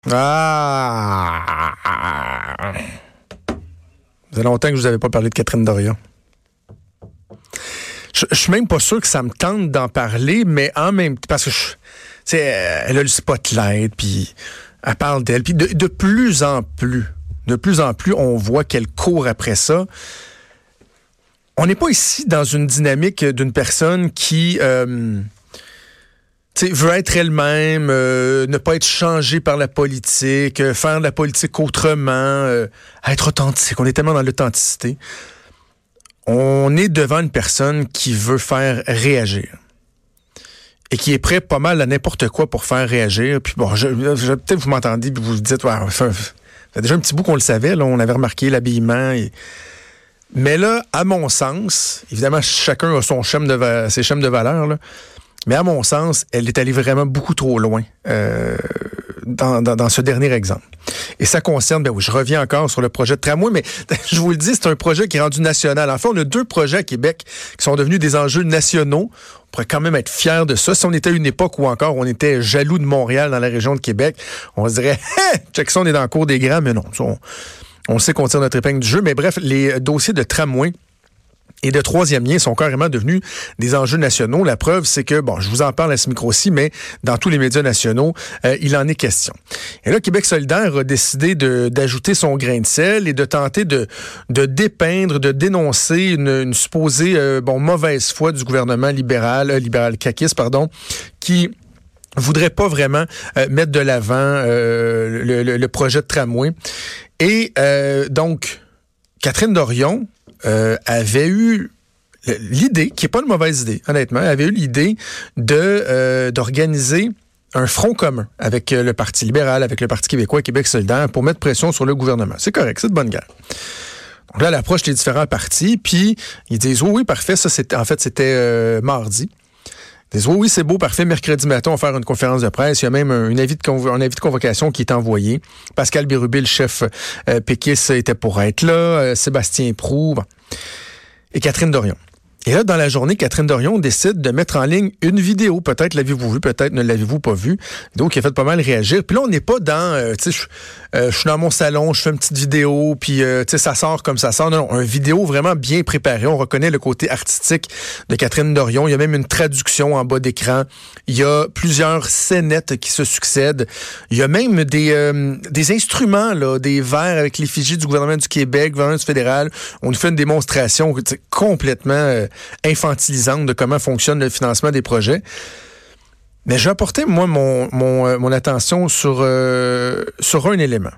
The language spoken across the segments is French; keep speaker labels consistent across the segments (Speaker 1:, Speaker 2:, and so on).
Speaker 1: Ah! Ça fait longtemps que je vous avais pas parlé de Catherine Dorion. Je suis même pas sûr que ça me tente d'en parler, mais en même temps, parce que elle a le spotlight, puis elle parle d'elle, puis de plus en plus, on voit qu'elle court après ça. On n'est pas ici dans une dynamique d'une personne qui veut être elle-même, ne pas être changée par la politique, faire de la politique autrement, être authentique. On est tellement dans l'authenticité. On est devant une personne qui veut faire réagir et qui est prêt pas mal à n'importe quoi pour faire réagir. Puis bon, peut-être vous m'entendez puis vous vous dites, ouais, ça fait déjà un petit bout qu'on le savait, là, on avait remarqué l'habillement. Mais là, à mon sens, évidemment, chacun a ses schèmes de valeur, là, mais à mon sens, elle est allée vraiment beaucoup trop loin dans ce dernier exemple. Et ça concerne, je reviens encore sur le projet de tramway, mais je vous le dis, c'est un projet qui est rendu national. En fait, on a 2 projets à Québec qui sont devenus des enjeux nationaux. On pourrait quand même être fiers de ça. Si on était à une époque où encore on était jaloux de Montréal dans la région de Québec, on se dirait, check ça, on est dans le cours des grands, mais non, on sait qu'on tire notre épingle du jeu. Mais bref, les dossiers de tramway et de troisième lien sont carrément devenus des enjeux nationaux. La preuve, c'est que, je vous en parle à ce micro-ci, mais dans tous les médias nationaux, il en est question. Et là, Québec solidaire a décidé d'ajouter son grain de sel et de tenter de dépeindre, de dénoncer une supposée mauvaise foi du gouvernement libéral caquiste, qui voudrait pas vraiment mettre de l'avant le projet de tramway. Et donc, Catherine Dorion avait eu l'idée, qui n'est pas une mauvaise idée, honnêtement, avait eu l'idée d'organiser un front commun avec le Parti libéral, avec le Parti québécois et Québec solidaire pour mettre pression sur le gouvernement. C'est correct, c'est de bonne guerre. Donc là, elle approche les différents partis, puis ils disent oui, parfait, ça c'était mardi. Ils disent oui, c'est beau, parfait, mercredi matin, on va faire une conférence de presse. Il y a même un avis de convocation qui est envoyé. Pascal Bérubé, le chef péquiste, était pour être là. Sébastien Proulx et Catherine Dorion. Et là, dans la journée, Catherine Dorion décide de mettre en ligne une vidéo. Peut-être l'avez-vous vu, peut-être ne l'avez-vous pas vu. Une vidéo qui a fait pas mal réagir. Puis là, on n'est pas dans, je suis dans mon salon, je fais une petite vidéo, puis ça sort comme ça sort. Non, une vidéo vraiment bien préparée. On reconnaît le côté artistique de Catherine Dorion. Il y a même une traduction en bas d'écran. Il y a plusieurs scénettes qui se succèdent. Il y a même des instruments, là, des verres avec l'effigie du gouvernement du Québec, du gouvernement du fédéral. On nous fait une démonstration complètement infantilisante de comment fonctionne le financement des projets. Mais j'ai apporté, moi, mon attention sur un élément.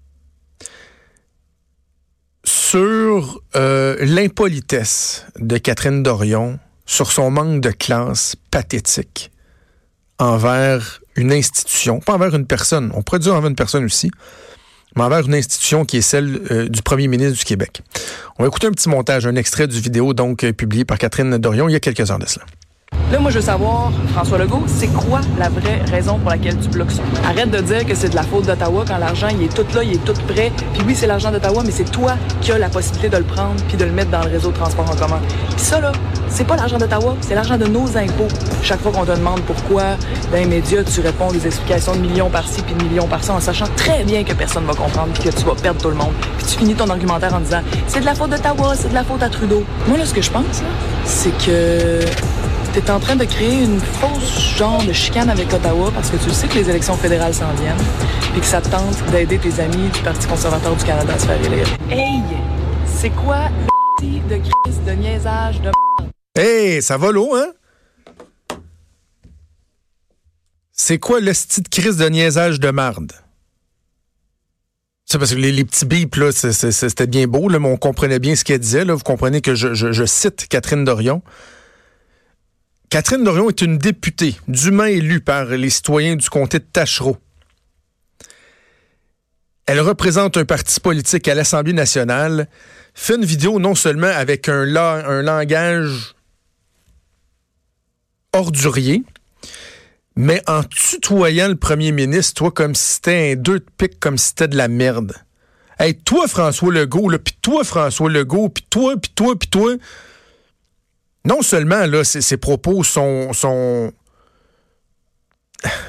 Speaker 1: Sur l'impolitesse de Catherine Dorion, sur son manque de classe pathétique envers une institution, pas envers une personne, on pourrait dire envers une personne aussi, mais envers une institution qui est celle du premier ministre du Québec. On va écouter un petit montage, un extrait du vidéo donc publié par Catherine Dorion il y a quelques heures de cela.
Speaker 2: Là, moi, je veux savoir, François Legault, c'est quoi la vraie raison pour laquelle tu bloques ça? Arrête de dire que c'est de la faute d'Ottawa quand l'argent, il est tout là, il est tout prêt. Puis oui, c'est l'argent d'Ottawa, mais c'est toi qui as la possibilité de le prendre puis de le mettre dans le réseau de transport en commun. Puis ça, là, c'est pas l'argent d'Ottawa, c'est l'argent de nos impôts. Chaque fois qu'on te demande pourquoi, dans les médias, tu réponds des explications de millions par-ci puis de millions par-ça en sachant très bien que personne va comprendre puis que tu vas perdre tout le monde. Puis tu finis ton argumentaire en disant « C'est de la faute d'Ottawa, c'est de la faute à Trudeau. » Moi, là, ce que je pense, là, c'est que t'es en train de créer une fausse genre de chicane avec Ottawa parce que tu sais que les élections fédérales s'en viennent puis que ça te tente d'aider tes amis du Parti conservateur du Canada à se faire élire. Hey! C'est quoi le de crise, de niaisage, de...
Speaker 1: Hey! Ça va l'eau, hein? C'est quoi le style de crise de niaisage de marde? C'est parce que les petits bips, là, c'était bien beau, là, mais on comprenait bien ce qu'elle disait. Là. Vous comprenez que je cite Catherine Dorion. Catherine Dorion est une députée dûment élue par les citoyens du comté de Tachereau. Elle représente un parti politique à l'Assemblée nationale, fait une vidéo non seulement avec un langage ordurier, mais en tutoyant le premier ministre, toi, comme si c'était un 2 de pique, comme si c'était de la merde. Hey, toi, François Legault, là, pis toi, François Legault, pis toi. Non seulement, là, ses propos sont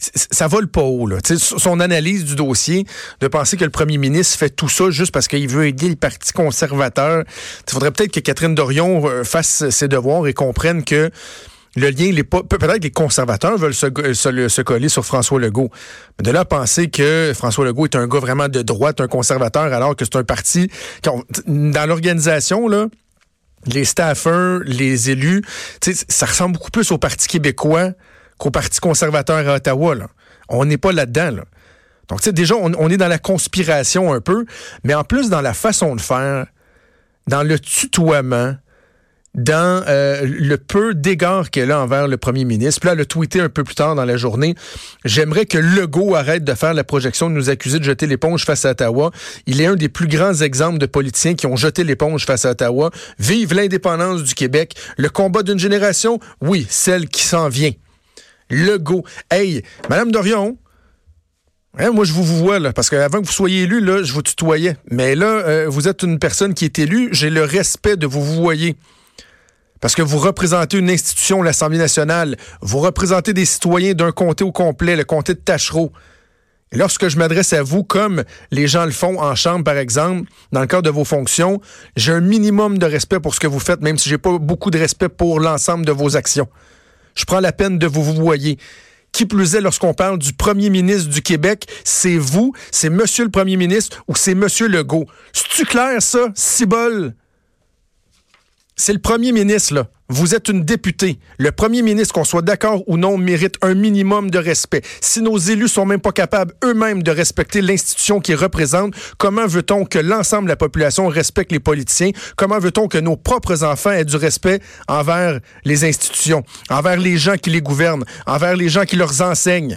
Speaker 1: ça vole pas haut, là. T'sais, son analyse du dossier, de penser que le premier ministre fait tout ça juste parce qu'il veut aider le Parti conservateur. Il faudrait peut-être que Catherine Dorion fasse ses devoirs et comprenne que le lien, il est pas. Peut-être que les conservateurs veulent se coller sur François Legault. Mais de là à penser que François Legault est un gars vraiment de droite, un conservateur, alors que c'est un parti. Dans l'organisation, là, les staffers, les élus, ça ressemble beaucoup plus au Parti québécois qu'au Parti conservateur à Ottawa, là. On n'est pas là-dedans, là. Donc, déjà, on est dans la conspiration un peu, mais en plus dans la façon de faire, dans le tutoiement, dans le peu d'égard qu'elle a envers le premier ministre. Puis là, elle a tweeté un peu plus tard dans la journée, « J'aimerais que Legault arrête de faire la projection de nous accuser de jeter l'éponge face à Ottawa. Il est un des plus grands exemples de politiciens qui ont jeté l'éponge face à Ottawa. Vive l'indépendance du Québec. Le combat d'une génération, oui, celle qui s'en vient. » Legault. Hey, Madame Dorion, hein, moi je vous vois là, parce qu'avant que vous soyez élu, là, je vous tutoyais. Mais là, vous êtes une personne qui est élue, j'ai le respect de vous voyer. Parce que vous représentez une institution, l'Assemblée nationale. Vous représentez des citoyens d'un comté au complet, le comté de Tachereau. Et lorsque je m'adresse à vous, comme les gens le font en chambre, par exemple, dans le cadre de vos fonctions, j'ai un minimum de respect pour ce que vous faites, même si j'ai pas beaucoup de respect pour l'ensemble de vos actions. Je prends la peine de vous voyer. Qui plus est, lorsqu'on parle du premier ministre du Québec, c'est vous, c'est monsieur le premier ministre ou c'est monsieur Legault. C'est-tu clair, ça, cibole? C'est le premier ministre, là. Vous êtes une députée. Le premier ministre, qu'on soit d'accord ou non, mérite un minimum de respect. Si nos élus sont même pas capables eux-mêmes de respecter l'institution qu'ils représentent, comment veut-on que l'ensemble de la population respecte les politiciens? Comment veut-on que nos propres enfants aient du respect envers les institutions, envers les gens qui les gouvernent, envers les gens qui leur enseignent?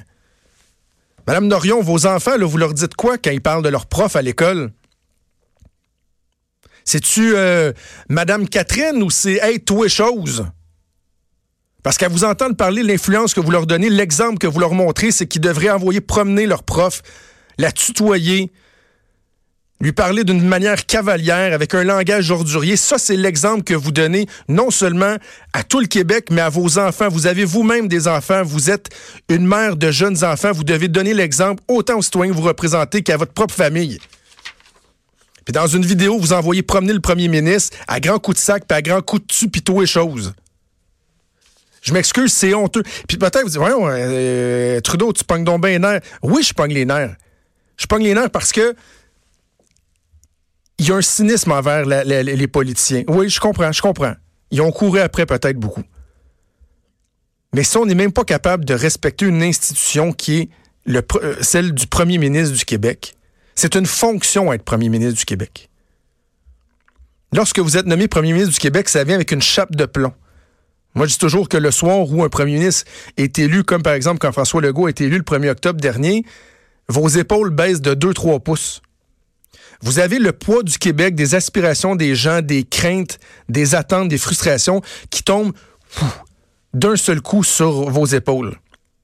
Speaker 1: Madame Dorion, vos enfants, là, vous leur dites quoi quand ils parlent de leurs profs à l'école? C'est-tu Madame Catherine ou c'est « Hey, toi chose » ? Parce qu'à vous entendre parler de l'influence que vous leur donnez, l'exemple que vous leur montrez, c'est qu'ils devraient envoyer promener leur prof, la tutoyer, lui parler d'une manière cavalière, avec un langage ordurier. Ça, c'est l'exemple que vous donnez non seulement à tout le Québec, mais à vos enfants. Vous avez vous-même des enfants, vous êtes une mère de jeunes enfants, vous devez donner l'exemple autant aux citoyens que vous représentez qu'à votre propre famille. Puis dans une vidéo, vous envoyez promener le premier ministre à grands coups de sac, puis à grands coups de dessus, puis tout et choses. Je m'excuse, c'est honteux. Puis peut-être vous dites, voyons, Trudeau, tu pognes donc bien les nerfs. Oui, je pogne les nerfs. Je pogne les nerfs parce que il y a un cynisme envers les politiciens. Oui, je comprends. Ils ont couru après peut-être beaucoup. Mais si on n'est même pas capable de respecter une institution qui est celle du premier ministre du Québec, c'est une fonction être premier ministre du Québec. Lorsque vous êtes nommé premier ministre du Québec, ça vient avec une chape de plomb. Moi, je dis toujours que le soir où un premier ministre est élu, comme par exemple quand François Legault a été élu le 1er octobre dernier, vos épaules baissent de 2-3 pouces. Vous avez le poids du Québec, des aspirations des gens, des craintes, des attentes, des frustrations qui tombent d'un seul coup sur vos épaules.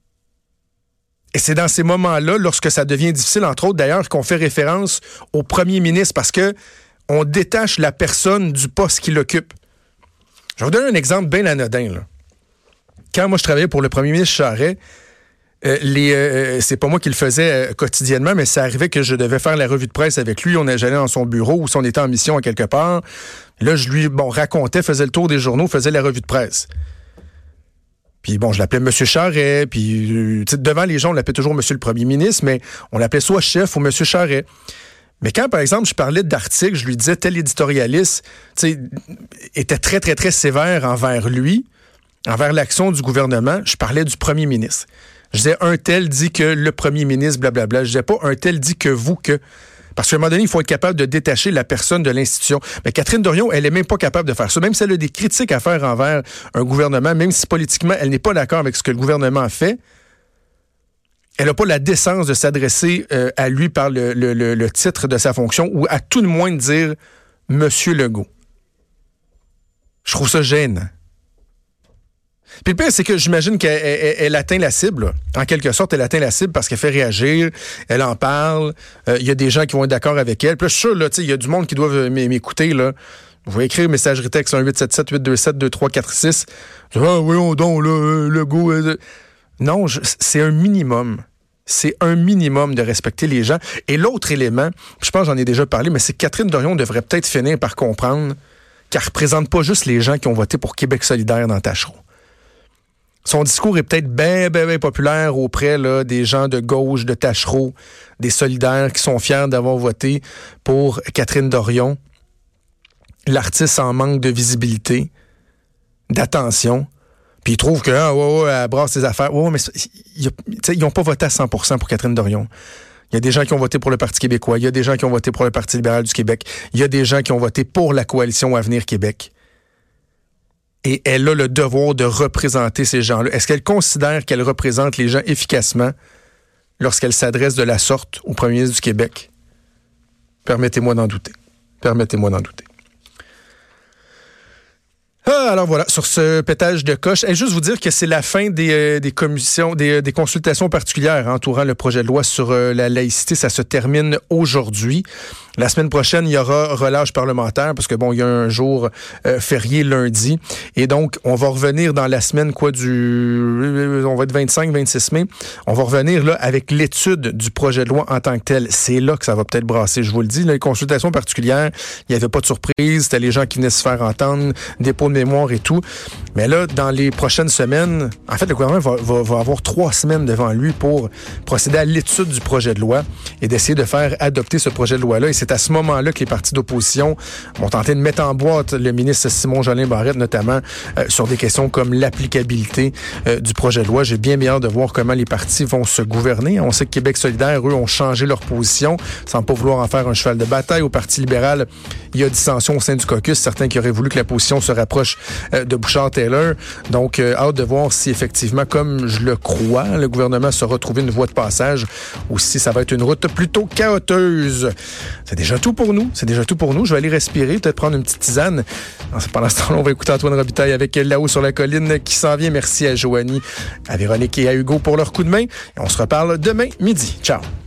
Speaker 1: Et c'est dans ces moments-là, lorsque ça devient difficile, entre autres d'ailleurs, qu'on fait référence au premier ministre parce que on détache la personne du poste qu'il occupe. Je vais vous donner un exemple bien anodin, là. Quand moi je travaillais pour le premier ministre Charest, c'est pas moi qui le faisais quotidiennement, mais ça arrivait que je devais faire la revue de presse avec lui. J'allais dans son bureau ou si on était en mission à quelque part. Là, je lui racontais, faisais le tour des journaux, faisais la revue de presse. Puis je l'appelais Monsieur Charest, puis devant les gens, on l'appelait toujours Monsieur le Premier ministre, mais on l'appelait soit chef ou Monsieur Charest. Mais quand, par exemple, je parlais d'articles, je lui disais tel éditorialiste était très, très, très sévère envers lui, envers l'action du gouvernement, je parlais du premier ministre. Je disais un tel dit que le premier ministre, blablabla. Je disais pas un tel dit que vous que... Parce qu'à un moment donné, il faut être capable de détacher la personne de l'institution. Mais Catherine Dorion, elle est même pas capable de faire ça. Même si elle a des critiques à faire envers un gouvernement, même si politiquement, elle n'est pas d'accord avec ce que le gouvernement fait, elle n'a pas la décence de s'adresser à lui par le titre de sa fonction ou à tout le moins de dire « Monsieur Legault ». Je trouve ça gênant. Puis le pire, c'est que j'imagine qu'elle atteint la cible. Là. En quelque sorte, elle atteint la cible parce qu'elle fait réagir, elle en parle, il y a des gens qui vont être d'accord avec elle. Puis là, je suis sûr, il y a du monde qui doit m'écouter. Là. Vous pouvez écrire messagerie texte 1877-827-2346. Ah oui, on donc, là, Legault... Non, c'est un minimum. C'est un minimum de respecter les gens. Et l'autre élément, je pense que j'en ai déjà parlé, mais c'est que Catherine Dorion devrait peut-être finir par comprendre qu'elle ne représente pas juste les gens qui ont voté pour Québec solidaire dans Tachereau. Son discours est peut-être bien populaire auprès là, des gens de gauche, de Tachereau, des solidaires qui sont fiers d'avoir voté pour Catherine Dorion. L'artiste en manque de visibilité, d'attention. Puis ils trouvent que elle brasse ses affaires. Mais ils n'ont pas voté à 100% pour Catherine Dorion. Il y a des gens qui ont voté pour le Parti québécois. Il y a des gens qui ont voté pour le Parti libéral du Québec. Il y a des gens qui ont voté pour la coalition Avenir Québec. Et elle a le devoir de représenter ces gens-là. Est-ce qu'elle considère qu'elle représente les gens efficacement lorsqu'elle s'adresse de la sorte au premier ministre du Québec? Permettez-moi d'en douter. Alors voilà, sur ce pétage de coche, et juste vous dire que c'est la fin des commissions, des consultations particulières entourant le projet de loi sur la laïcité. Ça se termine aujourd'hui. La semaine prochaine, il y aura relâche parlementaire parce que il y a un jour férié lundi. Et donc, on va revenir dans la semaine, on va être 25-26 mai. On va revenir là avec l'étude du projet de loi en tant que tel. C'est là que ça va peut-être brasser. Je vous le dis, là, les consultations particulières, il n'y avait pas de surprise. C'était les gens qui venaient se faire entendre, dépôt de mémoire et tout. Mais là, dans les prochaines semaines, en fait, le gouvernement va avoir 3 semaines devant lui pour procéder à l'étude du projet de loi et d'essayer de faire adopter ce projet de loi-là. Et c'est à ce moment-là que les partis d'opposition vont tenter de mettre en boîte le ministre Simon-Jolin Barrette, notamment sur des questions comme l'applicabilité du projet de loi. J'ai bien hâte de voir comment les partis vont se gouverner. On sait que Québec solidaire, eux, ont changé leur position sans pas vouloir en faire un cheval de bataille. Au Parti libéral, il y a dissension au sein du caucus. Certains qui auraient voulu que la position se rapproche de Bouchard-Taylor. Donc, hâte de voir si effectivement, comme je le crois, le gouvernement saura trouver une voie de passage ou si ça va être une route plutôt chaoteuse. C'est déjà tout pour nous. Je vais aller respirer, peut-être prendre une petite tisane. Pendant ce temps-là, on va écouter Antoine Robitaille avec Là-haut sur la colline qui s'en vient. Merci à Joanie, à Véronique et à Hugo pour leur coup de main. Et on se reparle demain midi. Ciao.